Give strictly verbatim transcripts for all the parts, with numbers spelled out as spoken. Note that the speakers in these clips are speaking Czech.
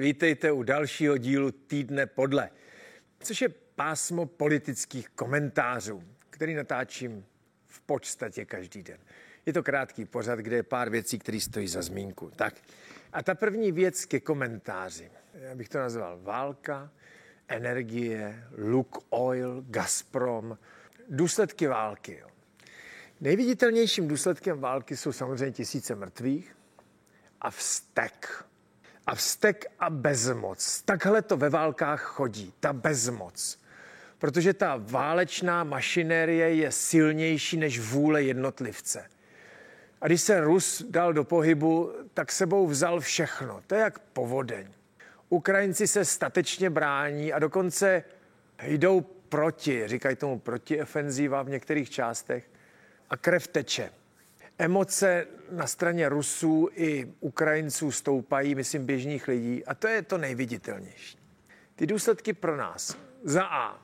Vítejte u dalšího dílu Týdne podle, což je pásmo politických komentářů, který natáčím v podstatě každý den. Je to krátký pořad, kde je pár věcí, které stojí za zmínku. Tak. A ta první věc ke komentáři. Já bych to nazval válka, energie, Lukoil, Gazprom, důsledky války. Jo. Nejviditelnějším důsledkem války jsou samozřejmě tisíce mrtvých a vztek. A vztek a bezmoc. Takhle to ve válkách chodí, ta bezmoc. Protože ta válečná mašinérie je silnější než vůle jednotlivce. A když se Rus dal do pohybu, tak sebou vzal všechno. To je jak povodeň. Ukrajinci se statečně brání a dokonce jdou proti, říkají tomu protiofenzíva v některých částech, a krev teče. Emoce na straně Rusů i Ukrajinců stoupají, myslím, běžných lidí, a to je to nejviditelnější. Ty důsledky pro nás. Za A.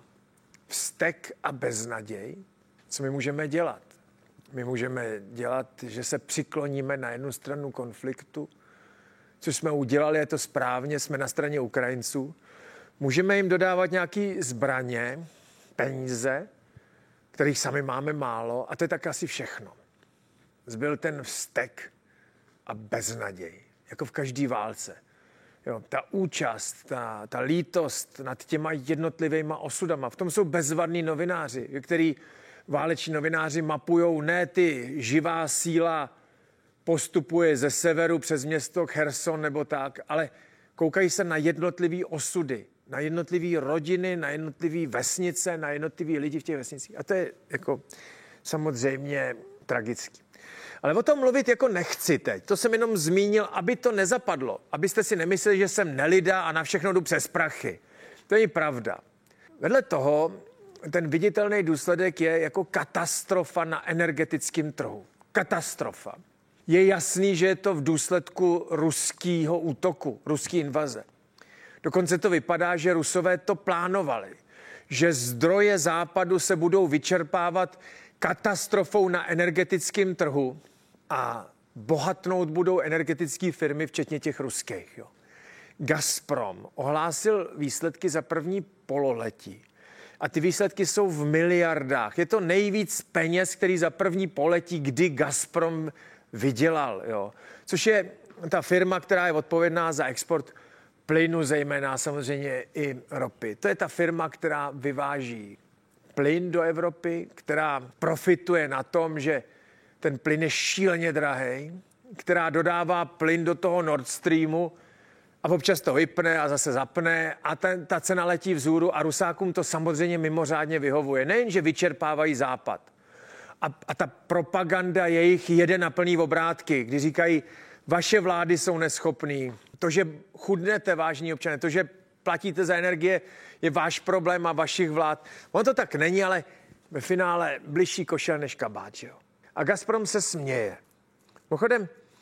Vztek a beznaděj. Co my můžeme dělat? My můžeme dělat, že se přikloníme na jednu stranu konfliktu, což jsme udělali, je to správně, jsme na straně Ukrajinců. Můžeme jim dodávat nějaké zbraně, peníze, kterých sami máme málo, a to je tak asi všechno. Zbyl ten vztek a beznaděj, jako v každé válce. Jo, ta účast, ta, ta lítost nad těma jednotlivýma osudama. V tom jsou bezvadní novináři, který váleční novináři mapujou ne ty živá síla postupuje ze severu přes město Cherson nebo tak, ale koukají se na jednotlivý osudy, na jednotlivý rodiny, na jednotlivý vesnice, na jednotlivý lidi v těch vesnicích. A to je jako samozřejmě tragický. Ale o tom mluvit jako nechci teď. To jsem jenom zmínil, aby to nezapadlo. Abyste si nemysleli, že jsem nelida a na všechno jdu přes prachy. To není pravda. Vedle toho ten viditelný důsledek je jako katastrofa na energetickém trhu. Katastrofa. Je jasný, že je to v důsledku ruského útoku, ruské invaze. Dokonce to vypadá, že Rusové to plánovali. Že zdroje západu se budou vyčerpávat katastrofou na energetickém trhu a bohatnout budou energetické firmy, včetně těch ruských. Jo. Gazprom ohlásil výsledky za první pololetí. A ty výsledky jsou v miliardách. Je to nejvíc peněz, který za první pololetí, kdy Gazprom vydělal. Jo. Což je ta firma, která je odpovědná za export plynu, zejména samozřejmě i ropy. To je ta firma, která vyváží plyn do Evropy, která profituje na tom, že ten plyn je šíleně drahý, která dodává plyn do toho Nord Streamu a občas to vypne a zase zapne a ten, ta cena letí vzhůru a Rusákům to samozřejmě mimořádně vyhovuje. Nejen, že vyčerpávají západ. A, a ta propaganda jejich jede na plný obrátky, kdy říkají, vaše vlády jsou neschopný, to, že chudnete, vážní občané, to, že platíte za energie, je váš problém a vašich vlád. On to tak není, ale ve finále bližší košer než kabát, jo. A Gazprom se směje. Pochodem,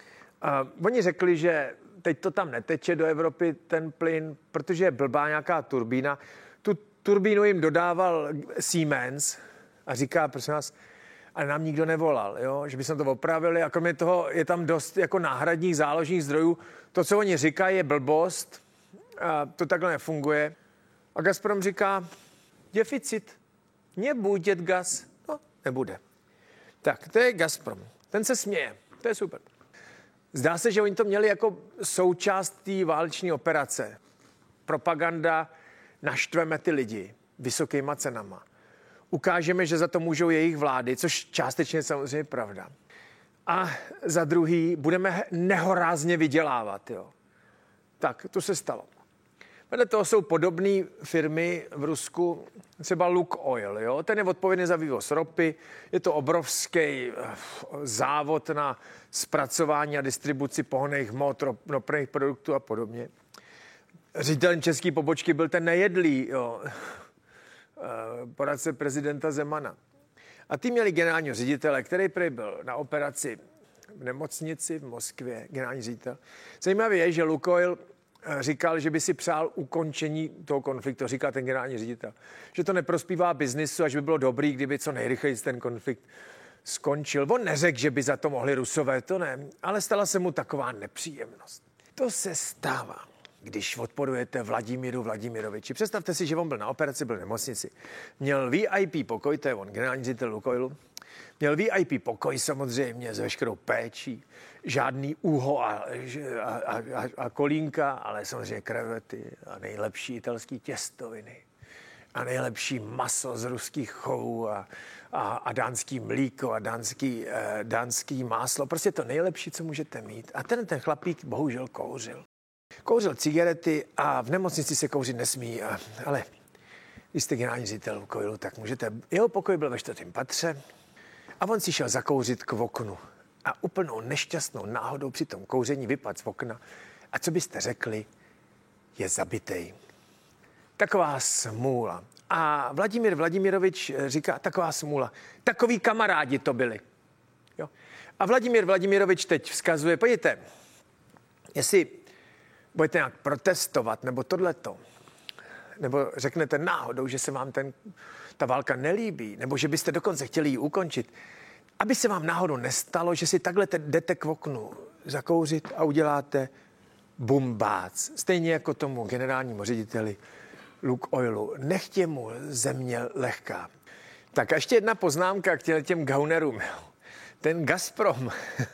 uh, oni řekli, že teď to tam neteče do Evropy, ten plyn, protože je blbá nějaká turbína. Tu turbínu jim dodával Siemens a říká, prosím vás, ale nám nikdo nevolal, jo? Že by jsme to opravili a kromě toho je tam dost jako náhradních záložních zdrojů. To, co oni říkají, je blbost, a to takhle nefunguje. A Gazprom říká, deficit, nebude gaz, no, nebude. Tak, to je Gazprom, ten se směje, to je super. Zdá se, že oni to měli jako součást té váleční operace. Propaganda, naštveme ty lidi vysokýma cenama. Ukážeme, že za to můžou jejich vlády, což částečně je samozřejmě pravda. A za druhý, budeme nehorázně vydělávat. Jo. Tak, to se stalo. Vedle toho jsou podobné firmy v Rusku, třeba Lukoil. Jo. Ten je odpovědný za vývoz ropy. Je to obrovský závod na zpracování a distribuci pohonných hmot, ropných produktů a podobně. Ředitelem české pobočky byl ten Nejedlý, jo. Poradce prezidenta Zemana. A ty měli generálního ředitele, který prý byl na operaci v nemocnici v Moskvě, generální ředitel. Zajímavé je, že Lukoil říkal, že by si přál ukončení toho konfliktu, říkal ten generální ředitel. Že to neprospívá biznisu a že by bylo dobrý, kdyby co nejrychleji ten konflikt skončil. On neřekl, že by za to mohli Rusové, to ne, ale stala se mu taková nepříjemnost. To se stává. když odporujete Vladimíru Vladimiroviči. Představte si, že on byl na operaci, byl v nemocnici. Měl V I P pokoj, to je on, generální ředitel Lukoilu. Měl V I P pokoj samozřejmě s veškerou péčí. Žádný úho a, a, a, a kolínka, ale samozřejmě krevety a nejlepší italský těstoviny. A nejlepší maso z ruských chovů a, a, a dánský mlíko a dánský, eh, dánský máslo. Prostě to nejlepší, co můžete mít. A ten, ten chlapík bohužel kouřil. Kouřil cigarety a v nemocnici se kouřit nesmí. A, ale když jste generální ředitel Lukoilu, tak můžete... Jeho pokoj byl ve čtvrtém patře a on si šel zakouřit k oknu. A úplnou nešťastnou náhodou při tom kouření vypadl z okna. A co byste řekli, je zabitej. Taková smůla. A Vladimír Vladimirovič říká, taková smůla. Takový kamarádi to byli. Jo? A Vladimír Vladimirovič teď vzkazuje, pojďte, jestli budete nějak protestovat, nebo tohleto, nebo řeknete náhodou, že se vám ten, ta válka nelíbí, nebo že byste dokonce chtěli ji ukončit, aby se vám náhodou nestalo, že si takhle jdete k oknu zakouřit a uděláte bumbác. Stejně jako tomu generálnímu řediteli Lukoilu. Nechtě mu země lehká. Tak a ještě jedna poznámka k těm gaunerům. Ten Gazprom,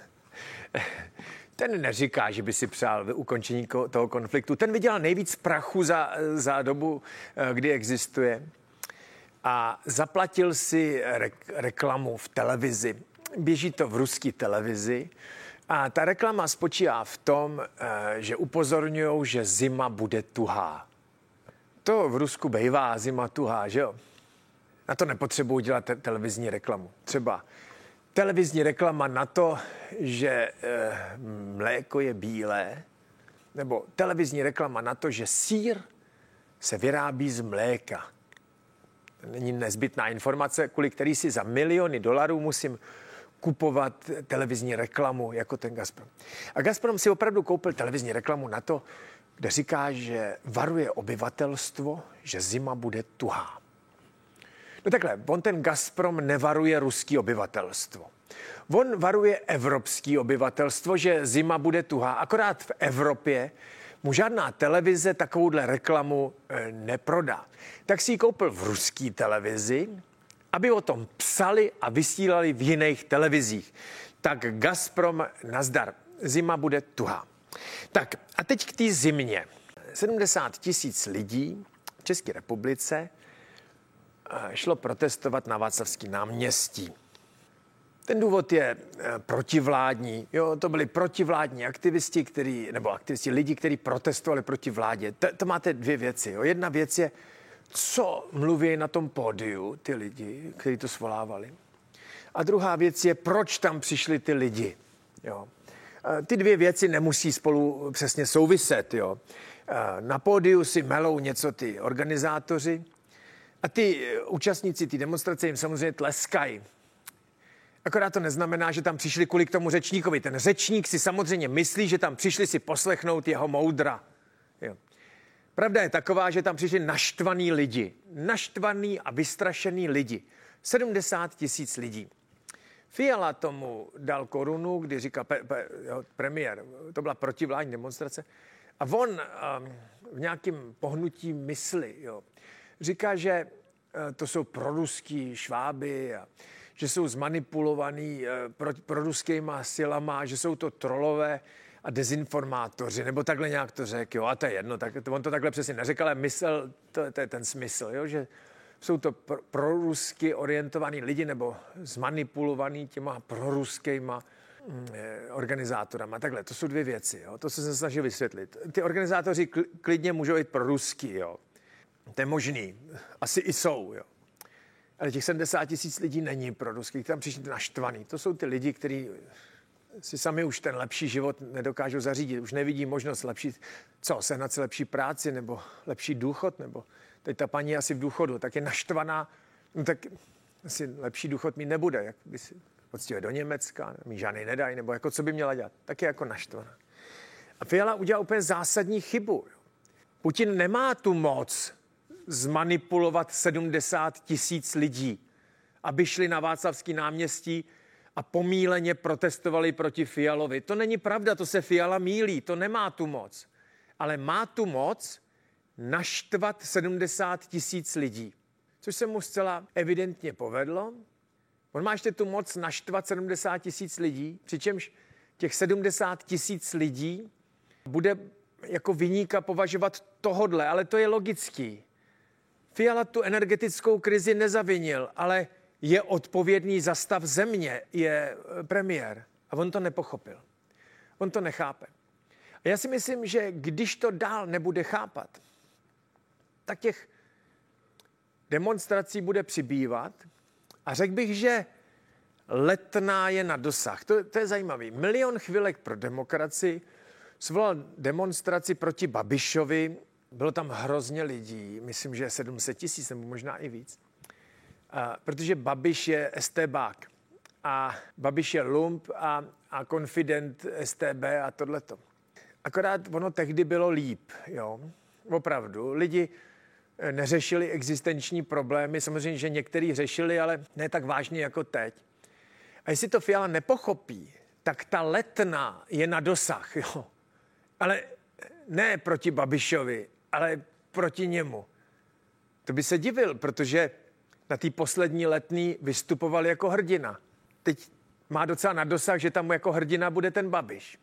ten neříká, že by si přál ukončení toho konfliktu. Ten vydělal nejvíc prachu za, za dobu, kdy existuje. A zaplatil si re- reklamu v televizi. Běží to v ruské televizi. A ta reklama spočívá v tom, že upozorňují, že zima bude tuhá. To v Rusku bejvá zima tuhá, že jo? Na to nepotřebuji dělat te- televizní reklamu. Třeba televizní reklama na to, že e, mléko je bílé, nebo televizní reklama na to, že sýr se vyrábí z mléka. Není nezbytná informace, kvůli který si za miliony dolarů musím kupovat televizní reklamu jako ten Gazprom. A Gazprom si opravdu koupil televizní reklamu na to, kde říká, že varuje obyvatelstvo, že zima bude tuhá. No takhle, on ten Gazprom nevaruje ruský obyvatelstvo. On varuje evropský obyvatelstvo, že zima bude tuhá. Akorát v Evropě mu žádná televize takovouhle reklamu e, neprodá. Tak si ji koupil v ruský televizi, aby o tom psali a vysílali v jiných televizích. Tak Gazprom, nazdar, zima bude tuhá. Tak a teď k té zimě. sedmdesát tisíc lidí v České republice šlo protestovat na Václavský náměstí. Ten důvod je protivládní. Jo, to byli protivládní aktivisti, který, nebo aktivisti, lidi, kteří protestovali proti vládě. To, to máte dvě věci. Jo. Jedna věc je, co mluví na tom pódiu ty lidi, kteří to svolávali. A druhá věc je, proč tam přišli ty lidi. Jo. Ty dvě věci nemusí spolu přesně souviset. Jo. Na pódiu si melou něco ty organizátoři a ty účastníci té demonstrace jim samozřejmě tleskají. Akorát to neznamená, že tam přišli kvůli k tomu řečníkovi. Ten řečník si samozřejmě myslí, že tam přišli si poslechnout jeho moudra. Jo. Pravda je taková, že tam přišli naštvaný lidi. Naštvaný a vystrašený lidi. sedmdesát tisíc lidí. Fiala tomu dal korunu, kdy říká pe, pe, jo, premiér, to byla protivládní demonstrace, a on um, v nějakém pohnutí mysli jo, říká, že uh, to jsou proruský šváby a že jsou zmanipulovaný uh, pro, proruskýma silama, že jsou to trolové a dezinformátoři, nebo takhle nějak to řekl, jo, a to je jedno, tak, on to takhle přesně neřekl, ale myslel, to, to je ten smysl, jo, že jsou to pro, prorusky orientovaní lidi nebo zmanipulovaní těma proruskýma mm, organizátorama. Takhle, to jsou dvě věci, jo, to se snažil vysvětlit. Ty organizátoři kl, klidně můžou jít prorusky, jo, to je možný, asi i jsou, jo. Ale těch sedmdesát tisíc lidí není proruských, tam přišli naštvaný. To jsou ty lidi, kteří si sami už ten lepší život nedokážou zařídit, už nevidí možnost lepší, co, sehnat si lepší práci nebo lepší důchod, nebo teď ta paní asi v důchodu, tak je naštvaná, no tak asi lepší důchod mít nebude, jak by si odstěhuje do Německa, mi žádnej nedají, nebo jako co by měla dělat, tak je jako naštvaná. A Fiala udělal úplně zásadní chybu. Putin nemá tu moc zmanipulovat sedmdesát tisíc lidí, aby šli na Václavský náměstí a pomíleně protestovali proti Fialovi. To není pravda, to se Fiala mýlí, to nemá tu moc. ale má tu moc naštvat sedmdesát tisíc lidí, což se mu zcela evidentně povedlo. On má ještě tu moc naštvat sedmdesát tisíc lidí, přičemž těch sedmdesát tisíc lidí bude jako viníka považovat tohodle, ale to je logický. Fiala tu energetickou krizi nezavinil, ale je odpovědný za stav země, je premiér. A on to nepochopil. On to nechápe. A já si myslím, že když to dál nebude chápat, tak těch demonstrací bude přibývat a řekl bych, že Letná je na dosah. To, to je zajímavý. Milion chvilek pro demokracii svolal demonstraci proti Babišovi. Bylo tam hrozně lidí, myslím, že sedm set tisíc nebo možná i víc. A, protože Babiš je estébák a Babiš je lump a, a konfident es té bé a tohleto. Akorát ono tehdy bylo líp, jo. Opravdu. Lidi neřešili existenční problémy, samozřejmě, že některý řešili, ale ne tak vážně jako teď. A jestli to Fiala nepochopí, tak ta Letná je na dosah, jo. Ale ne proti Babišovi, ale proti němu. To by se divil, protože na té poslední Letný vystupoval jako hrdina. Teď má docela na dosah, že tam jako hrdina bude ten Babiš.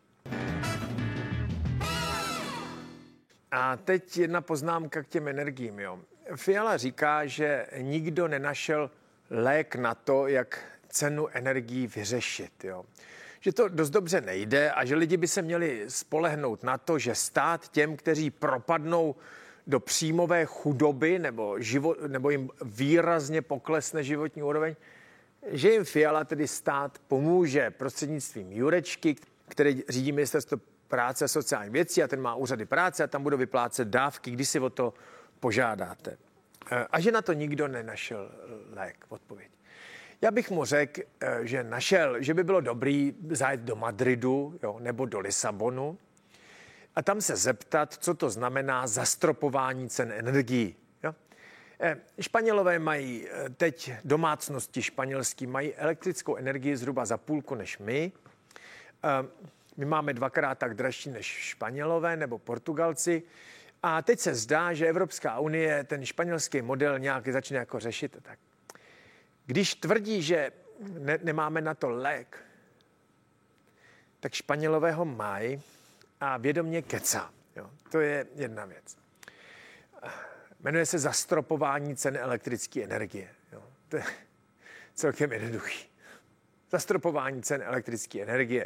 A teď jedna poznámka k těm energiím. Jo. Fiala říká, že nikdo nenašel lék na to, jak cenu energií vyřešit. Jo. Že to dost dobře nejde a že lidi by se měli spolehnout na to, že stát těm, kteří propadnou do příjmové chudoby nebo, život, nebo jim výrazně poklesne životní úroveň, že jim Fiala, tedy stát, pomůže prostřednictvím Jurečky, který řídí ministerstvo práce a sociální věcí a ten má úřady práce a tam budou vyplácet dávky, když si o to požádáte. A že na to nikdo nenašel lék, odpověď. Já bych mu řekl, že našel, že by bylo dobrý zajet do Madridu, jo, nebo do Lisabonu a tam se zeptat, co to znamená zastropování cen energií. Jo. Španělové mají teď domácnosti španělský, mají elektrickou energii zhruba za půlku než my. My máme dvakrát tak dražší než Španělové nebo Portugalci. A teď se zdá, že Evropská unie ten španělský model nějak začne jako řešit. Tak. Když tvrdí, že ne, nemáme na to lék, tak Španělové ho mají a vědomě kecá. Jo, to je jedna věc. Jmenuje se zastropování cen elektrické energie. Jo, to je celkem jednoduchý. Zastropování cen elektrické energie.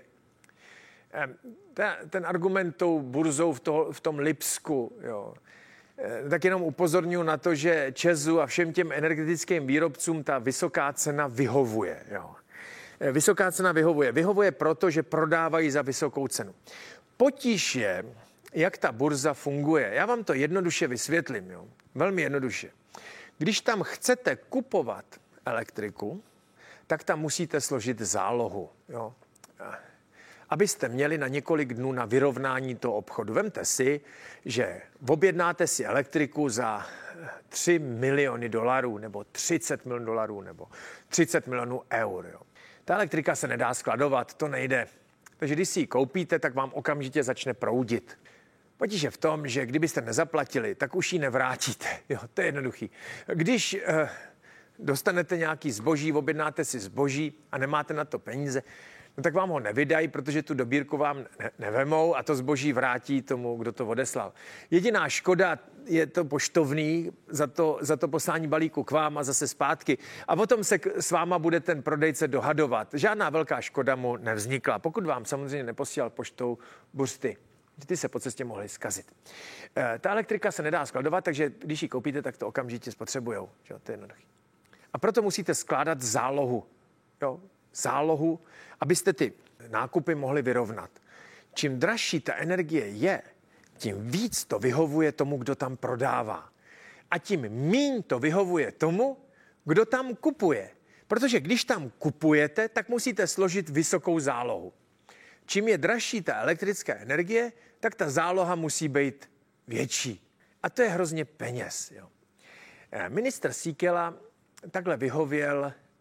Ten argument tou burzou v, to, v tom Lipsku, jo, tak jenom upozorňuji na to, že ČEZu a všem těm energetickým výrobcům ta vysoká cena vyhovuje. Jo. Vysoká cena vyhovuje. Vyhovuje proto, že prodávají za vysokou cenu. Potíž je, jak ta burza funguje. Já vám to jednoduše vysvětlím. Jo. Velmi jednoduše. Když tam chcete kupovat elektriku, tak tam musíte složit zálohu. Jo. Abyste měli na několik dnů na vyrovnání toho obchodu. Vemte si, že objednáte si elektriku za tři miliony dolarů, nebo třicet milionů dolarů, nebo třicet milionů eur. Jo. Ta elektrika se nedá skladovat, to nejde. Takže když si ji koupíte, tak vám okamžitě začne proudit. Potíž je v tom, že kdybyste nezaplatili, tak už ji nevrátíte. Jo, to je jednoduchý. Když eh, dostanete nějaký zboží, objednáte si zboží a nemáte na to peníze, no tak vám ho nevydají, protože tu dobírku vám ne- nevemou a to zboží vrátí tomu, kdo to odeslal. Jediná škoda je to poštovný za to, za to poslání balíku k vám a zase zpátky. A potom se k, s váma bude ten prodejce dohadovat. Žádná velká škoda mu nevznikla, pokud vám samozřejmě neposílal poštou buřty. Ty se po cestě mohly zkazit. E, ta elektrika se nedá skladovat, takže když ji koupíte, tak to okamžitě spotřebujou. Jo, to je jednoduché. A proto musíte skládat zálohu. Jo, zálohu, abyste ty nákupy mohli vyrovnat. Čím dražší ta energie je, tím víc to vyhovuje tomu, kdo tam prodává. A tím míň to vyhovuje tomu, kdo tam kupuje. Protože když tam kupujete, tak musíte složit vysokou zálohu. Čím je dražší ta elektrická energie, tak ta záloha musí být větší. A to je hrozně peněz. Jo. Ministr Síkela takhle vyhověl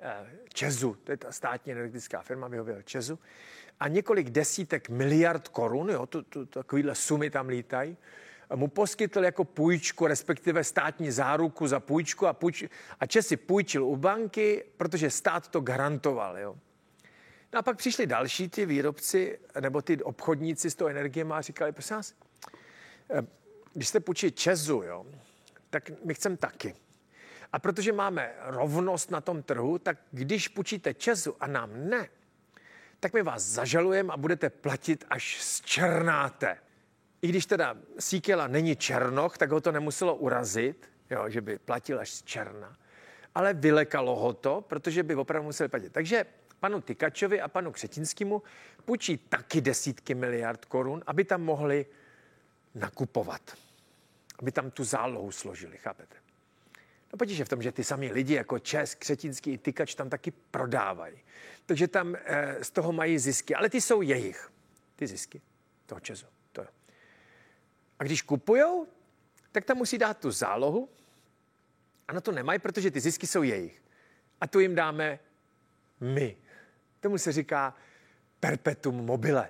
ČEZu, to je ta státní energetická firma, vyhověl ČEZu, a několik desítek miliard korun, jo, to, to, takovýhle sumy tam lítají, mu poskytl jako půjčku, respektive státní záruku za půjčku a, půjč, a ČEZ si půjčil u banky, protože stát to garantoval. Jo. No a pak přišli další ty výrobci nebo ty obchodníci s tou energií a říkali, prosím vás, když jste půjčili ČEZu, jo, tak my chceme taky. A protože máme rovnost na tom trhu, tak když půjčíte ČEZu a nám ne, tak my vás zažalujeme a budete platit, až zčernáte. I když teda Síkela není černoch, tak ho to nemuselo urazit, jo, že by platil až z černa. Ale vylekalo ho to, protože by opravdu museli platit. Takže panu Tykačovi a panu Křetinskému půjčí taky desítky miliard korun, aby tam mohli nakupovat. Aby tam tu zálohu složili, chápete? No potíž je v tom, že ty samý lidi jako ČEZ, Křetinský i Tykač tam taky prodávají. Takže tam e, z toho mají zisky, ale ty jsou jejich. Ty zisky toho ČEZu. To je. A když kupujou, tak tam musí dát tu zálohu a na to nemají, protože ty zisky jsou jejich. A tu jim dáme my. Tomu se říká perpetuum mobile.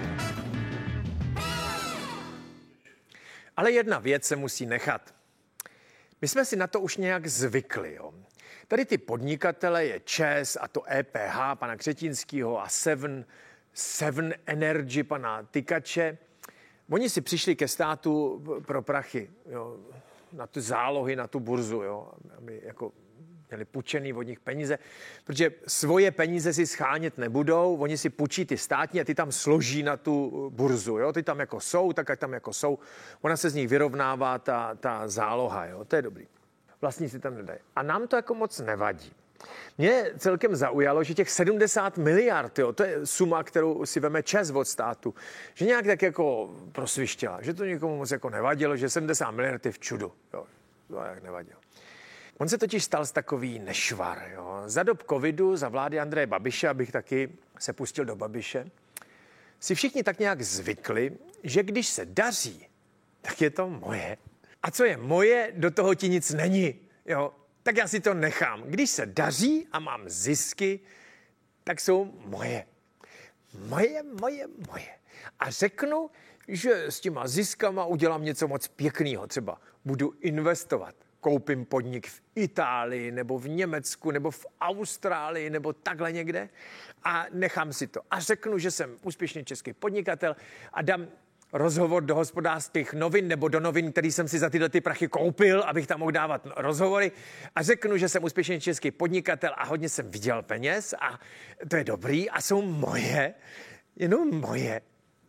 Ale jedna věc se musí nechat. My jsme si na to už nějak zvykli. Jo. Tady ty podnikatele je ČEZ a to E P H pana Křetinského a Seven, Seven Energy pana Tykače. Oni si přišli ke státu pro prachy, jo, na ty zálohy, na tu burzu, jo, aby jako měli půjčený od nich peníze, protože svoje peníze si schánět nebudou, oni si půjčí ty státní a ty tam složí na tu burzu, jo, ty tam jako jsou, tak ať tam jako jsou, ona se z nich vyrovnává ta, ta záloha, jo, to je dobrý. Vlastníci tam nedají. A nám to jako moc nevadí. Mě celkem zaujalo, že těch sedmdesát miliard, jo, to je suma, kterou si veme ČEZ od státu, že nějak tak jako prosvištěla, že to nikomu moc jako nevadilo, že sedmdesát miliard je v čudu, jo, to jak nevadilo. On se totiž stal z takový nešvar. Jo. Za dob covidu, za vlády Andreje Babiše, abych taky se pustil do Babiše, si všichni tak nějak zvykli, že když se daří, tak je to moje. A co je moje, do toho ti nic není. Jo. Tak já si to nechám. Když se daří a mám zisky, tak jsou moje. Moje, moje, moje. A řeknu, že s těma ziskama udělám něco moc pěkného. Třeba budu investovat. Koupím podnik v Itálii, nebo v Německu, nebo v Austrálii, nebo takhle někde a nechám si to. A řeknu, že jsem úspěšný český podnikatel a dám rozhovor do Hospodářských novin nebo do novin, který jsem si za tyhle ty prachy koupil, abych tam mohl dávat rozhovory a řeknu, že jsem úspěšný český podnikatel a hodně jsem vydělal peněz a to je dobrý a jsou moje, jenom moje.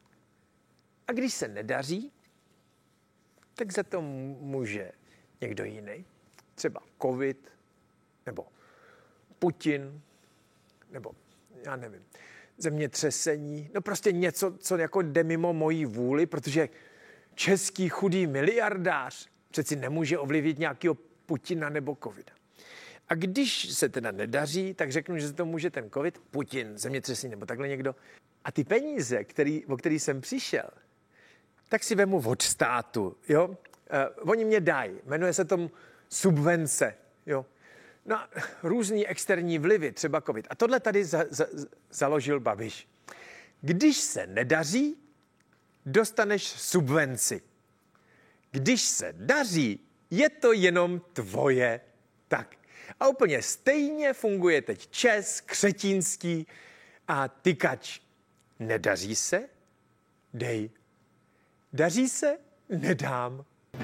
A když se nedaří, tak za to může někdo jiný, třeba covid, nebo Putin, nebo já nevím, zemětřesení, no prostě něco, co jako jde mimo mojí vůli, protože český chudý miliardář přeci nemůže ovlivnit nějakého Putina nebo covida. A když se teda nedaří, tak řeknu, že se to může ten covid, Putin, zemětřesení nebo takhle někdo. A ty peníze, který, o který jsem přišel, tak si vemu od státu, jo. Uh, oni mě dají, jmenuje se tomu subvence, jo. No, různý externí vlivy, třeba covid. A tohle tady za, za, založil Babiš. Když se nedaří, dostaneš subvenci. Když se daří, je to jenom tvoje. Tak. A úplně stejně funguje teď ČEZ, Křetínský a Tykač. Nedaří se? Dej. Daří se? Nedám.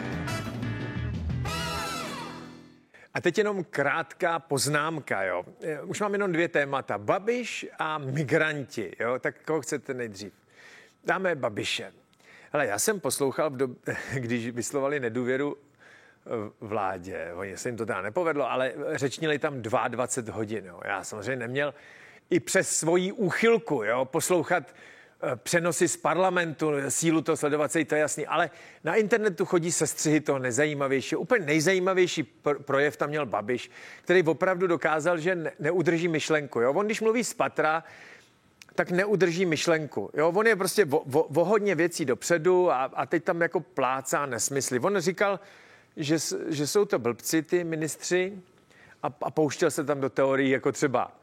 A teď jenom krátká poznámka, jo. Už mám jenom dvě témata. Babiš a migranti, jo. Tak koho chcete nejdřív? Dáme Babiše. Hele, já jsem poslouchal, v dob- když vyslovali nedůvěru vládě. Oni se jim to teda nepovedlo, ale řečnili tam dvacet dva hodin, jo. Já samozřejmě neměl i přes svoji úchylku, jo, poslouchat přenosy z parlamentu, sílu to sledovat, to je jasný, ale na internetu chodí sestřihy toho nezajímavějšího. Úplně nejzajímavější projev tam měl Babiš, který opravdu dokázal, že ne- neudrží myšlenku. Jo? On, když mluví z patra, tak neudrží myšlenku. Jo? On je prostě o, o, o hodně věcí dopředu a, a teď tam jako plácá nesmysly. On říkal, že, že jsou to blbci, ty ministři, a, a pouštěl se tam do teorií, jako třeba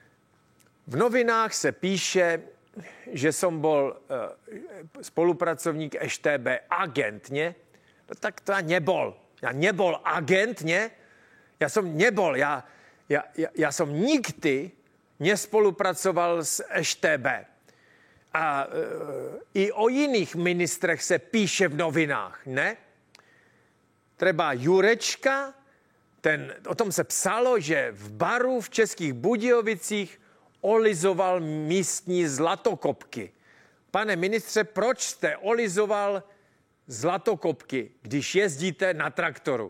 v novinách se píše, že jsem byl uh, spolupracovník eš té bé agent, ne? No tak to já nebol. Já nebol agent, ne? Já jsem nebol. Já, já, já, já jsem nikdy nespolupracoval s eš té bé. A uh, i o jiných ministrech se píše v novinách, ne? Třeba Jurečka, ten, o tom se psalo, že v baru v Českých Budějovicích olizoval místní zlatokopky. Pane ministře, proč jste olizoval zlatokopky, když jezdíte na traktoru?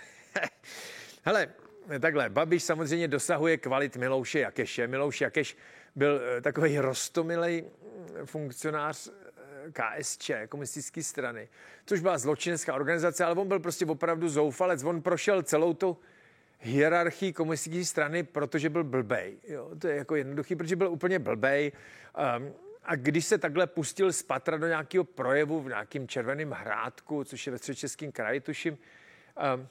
Hele, takhle, Babiš samozřejmě dosahuje kvalit Milouše Jakeše. Milouš Jakeš byl takový roztomilej funkcionář ká es čé, komunistické strany, což byla zločinecká organizace, ale on byl prostě opravdu zoufalec. On prošel celou tu hierarchii komunistické strany, protože byl blbej. Jo, to je jako jednoduchý, protože byl úplně blbej. Um, a když se takhle pustil z patra do nějakého projevu v nějakém Červeném Hrádku, což je ve Středočeském kraji, tuším, um,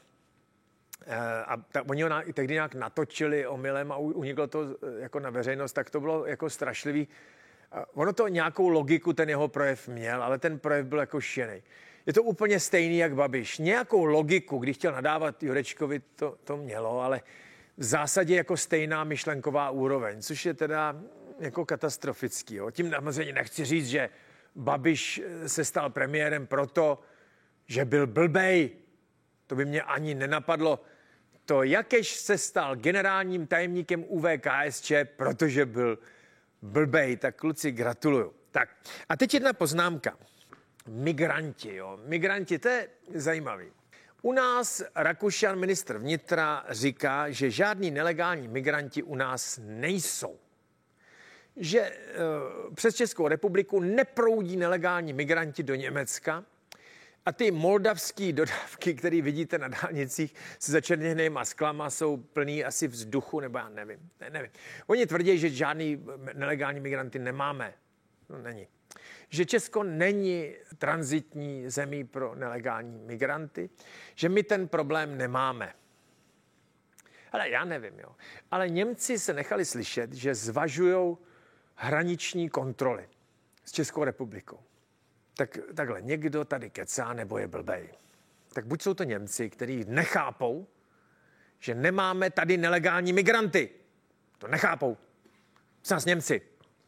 a ta, oni ho na, tehdy nějak natočili omylem a uniklo to jako na veřejnost, tak to bylo jako strašlivý. Ono to nějakou logiku ten jeho projev měl, ale ten projev byl jako šílený. Je to úplně stejný jak Babiš. Nějakou logiku, když chtěl nadávat Jurečkovi, to, to mělo, ale v zásadě jako stejná myšlenková úroveň, což je teda jako katastrofický. Jo. Tím samozřejmě nechci říct, že Babiš se stal premiérem proto, že byl blbej. To by mě ani nenapadlo. To Jakeš se stal generálním tajemníkem ú vé ká es čé, protože byl blbej. Tak kluci, gratuluju. Tak a teď jedna poznámka. Migranti, jo. Migranti, to je zajímavý. U nás Rakušan, ministr vnitra, říká, že žádní nelegální migranti u nás nejsou. Že e, přes Českou republiku neproudí nelegální migranti do Německa a ty moldavský dodávky, které vidíte na dálnicích se začerněnýma sklama, jsou plný asi vzduchu, nebo já nevím. Ne, nevím. Oni tvrdí, že žádný nelegální migranty nemáme. No není. Že Česko není tranzitní zemí pro nelegální migranty, že my ten problém nemáme. Ale já nevím, jo. Ale Němci se nechali slyšet, že zvažujou hraniční kontroly s Českou republikou. Tak takhle, někdo tady kecá nebo je blbej. Tak buď jsou to Němci, kteří nechápou, že nemáme tady nelegální migranty. To nechápou. Jsou nás Němci.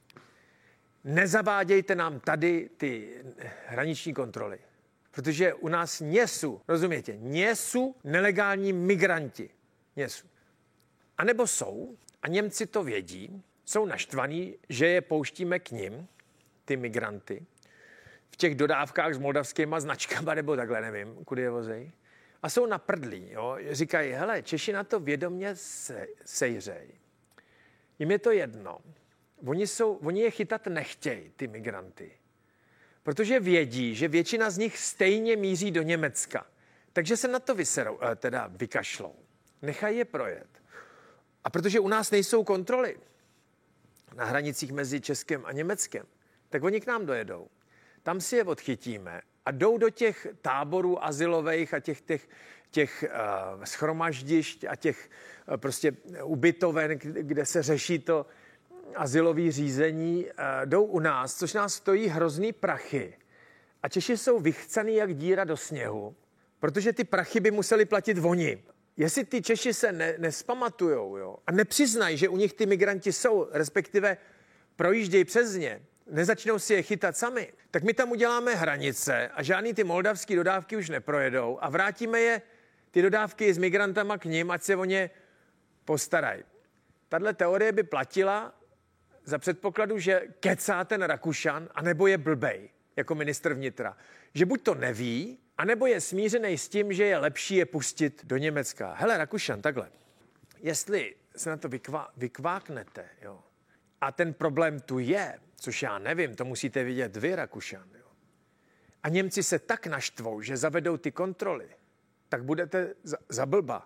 Nezavádějte nám tady ty hraniční kontroly, protože u nás něsu, rozumíte, něsu nelegální migranti. Něsu. A nebo jsou, a Němci to vědí, jsou naštvaní, že je pouštíme k nim, ty migranty, v těch dodávkách s moldavskýma značkama, nebo takhle, nevím, kudy je vozej. A jsou naprdlí, jo. Říkají, hele, Češi na to vědomě se, sejřej. Jim je to jedno. Oni, jsou, oni je chytat nechtějí, ty migranty. Protože vědí, že většina z nich stejně míří do Německa. Takže se na to vyserou, teda vykašlou. Nechají je projet. A protože u nás nejsou kontroly na hranicích mezi Českem a Německem, tak oni k nám dojedou. Tam si je odchytíme a jdou do těch táborů azylových a těch, těch, těch uh, schromaždišť a těch uh, prostě ubytoven, kde se řeší to azylový řízení, uh, jdou u nás, což nás stojí hrozný prachy. A Češi jsou vychcaný jak díra do sněhu, protože ty prachy by museli platit oni. Jestli ty Češi se ne, nespamatujou, jo, a nepřiznají, že u nich ty migranti jsou, respektive projíždějí přes ně, nezačnou si je chytat sami, tak my tam uděláme hranice a žádný ty moldavský dodávky už neprojedou a vrátíme je, ty dodávky s migrantama k nim, ať se o ně postarají. Tahle teorie by platila za předpokladu, že kecá ten Rakušan, anebo je blbej, jako ministr vnitra. Že buď to neví, anebo je smířený s tím, že je lepší je pustit do Německa. Hele, Rakušan, takhle. Jestli se na to vykvá, vykváknete, jo, a ten problém tu je, což já nevím, to musíte vidět vy, Rakušan, jo, a Němci se tak naštvou, že zavedou ty kontroly, tak budete za, za blba.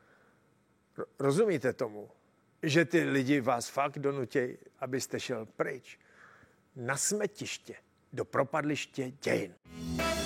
Rozumíte tomu? Že ty lidi vás fakt donutějí, abyste šel pryč na smetiště, do propadliště dějin.